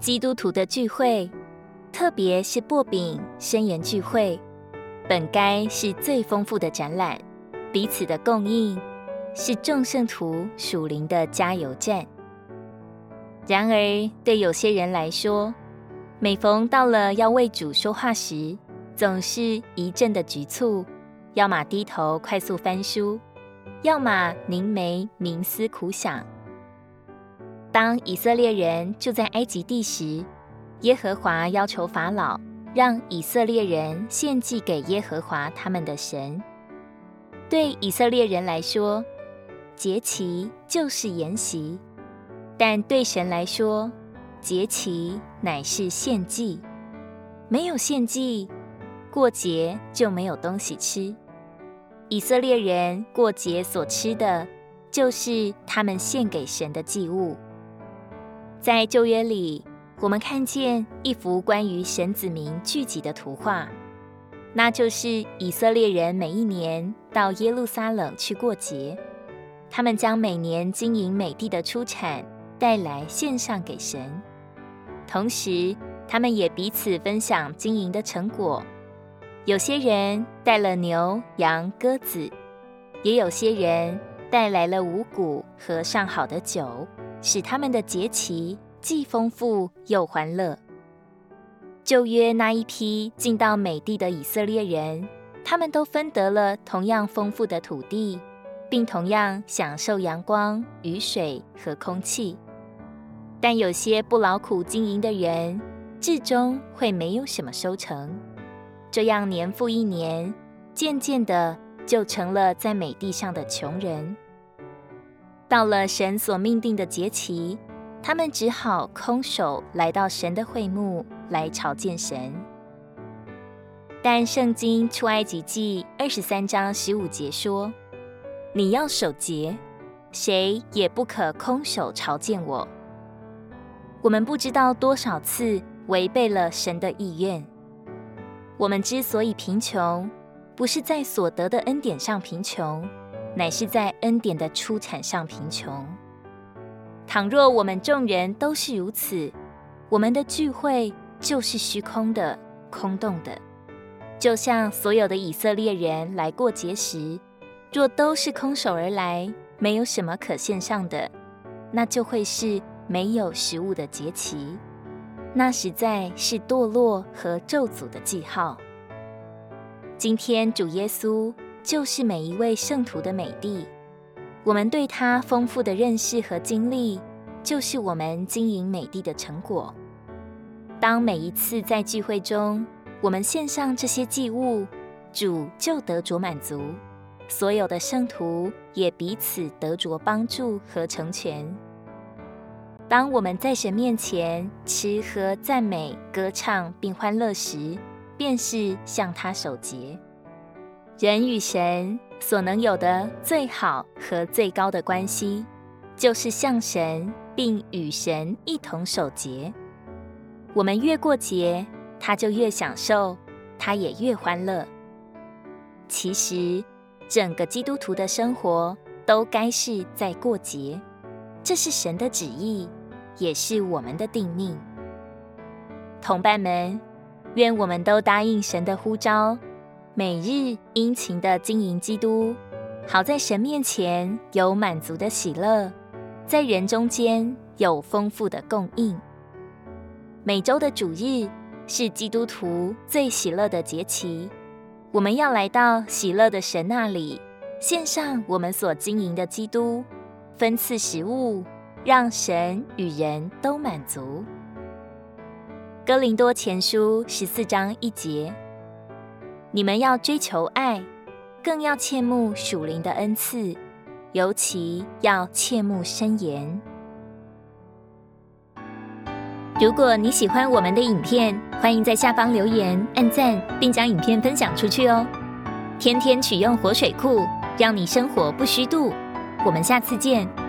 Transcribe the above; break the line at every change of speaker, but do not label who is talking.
基督徒的聚会，特别是擘饼申言聚会，本该是最丰富的展览，彼此的供应，是众圣徒属灵的加油站。然而，对有些人来说，每逢到了要为主说话时，总是一阵的局促，要么低头快速翻书，要么凝眉冥思苦想。当以色列人住在埃及地时，耶和华要求法老让以色列人献祭给耶和华他们的神。对以色列人来说，节期就是筵席，但对神来说，节期乃是献祭。没有献祭，过节就没有东西吃。以色列人过节所吃的，就是他们献给神的祭物。在旧约里，我们看见一幅关于神子民聚集的图画，那就是以色列人每一年到耶路撒冷去过节，他们将每年经营美地的出产带来献上给神，同时他们也彼此分享经营的成果。有些人带了牛、羊、鸽子，也有些人带来了五谷和上好的酒，使他们的节期既丰富又欢乐。旧约那一批进到美地的以色列人，他们都分得了同样丰富的土地，并同样享受阳光、雨水和空气。但有些不劳苦经营的人，至终会没有什么收成，这样年复一年，渐渐的就成了在美地上的穷人。到了神所命定的节期，他们只好空手来到神的会幕来朝见神。但圣经出埃及记23章15节说，你要守节，谁也不可空手朝见我。我们不知道多少次违背了神的意愿。我们之所以贫穷，不是在所得的恩典上贫穷，乃是在恩典的出产上贫穷。倘若我们众人都是如此，我们的聚会就是虚空的、空洞的。就像所有的以色列人来过节时，若都是空手而来，没有什么可献上的，那就会是没有食物的节期，那实在是堕落和咒诅的记号。今天主耶稣就是每一位圣徒的美地，我们对他丰富的认识和经历，就是我们经营美地的成果。当每一次在聚会中，我们献上这些祭物，主就得着满足，所有的圣徒也彼此得着帮助和成全。当我们在神面前吃喝赞美歌唱并欢乐时，便是向他守节。人与神所能有的最好和最高的关系，就是向神并与神一同守节。我们越过节，他就越享受，他也越欢乐。其实整个基督徒的生活都该是在过节，这是神的旨意，也是我们的定命。同伴们，愿我们都答应神的呼召，每日殷勤地经营基督，好在神面前有满足的喜乐，在人中间有丰富的供应。每周的主日是基督徒最喜乐的节期，我们要来到喜乐的神那里，献上我们所经营的基督，分赐食物，让神与人都满足。哥林多前书14章1节，你们要追求爱，更要切慕属灵的恩赐，尤其要切慕申言。如果你喜欢我们的影片，欢迎在下方留言、按赞，并将影片分享出去哦。天天取用活水库，让你生活不虚度。我们下次见。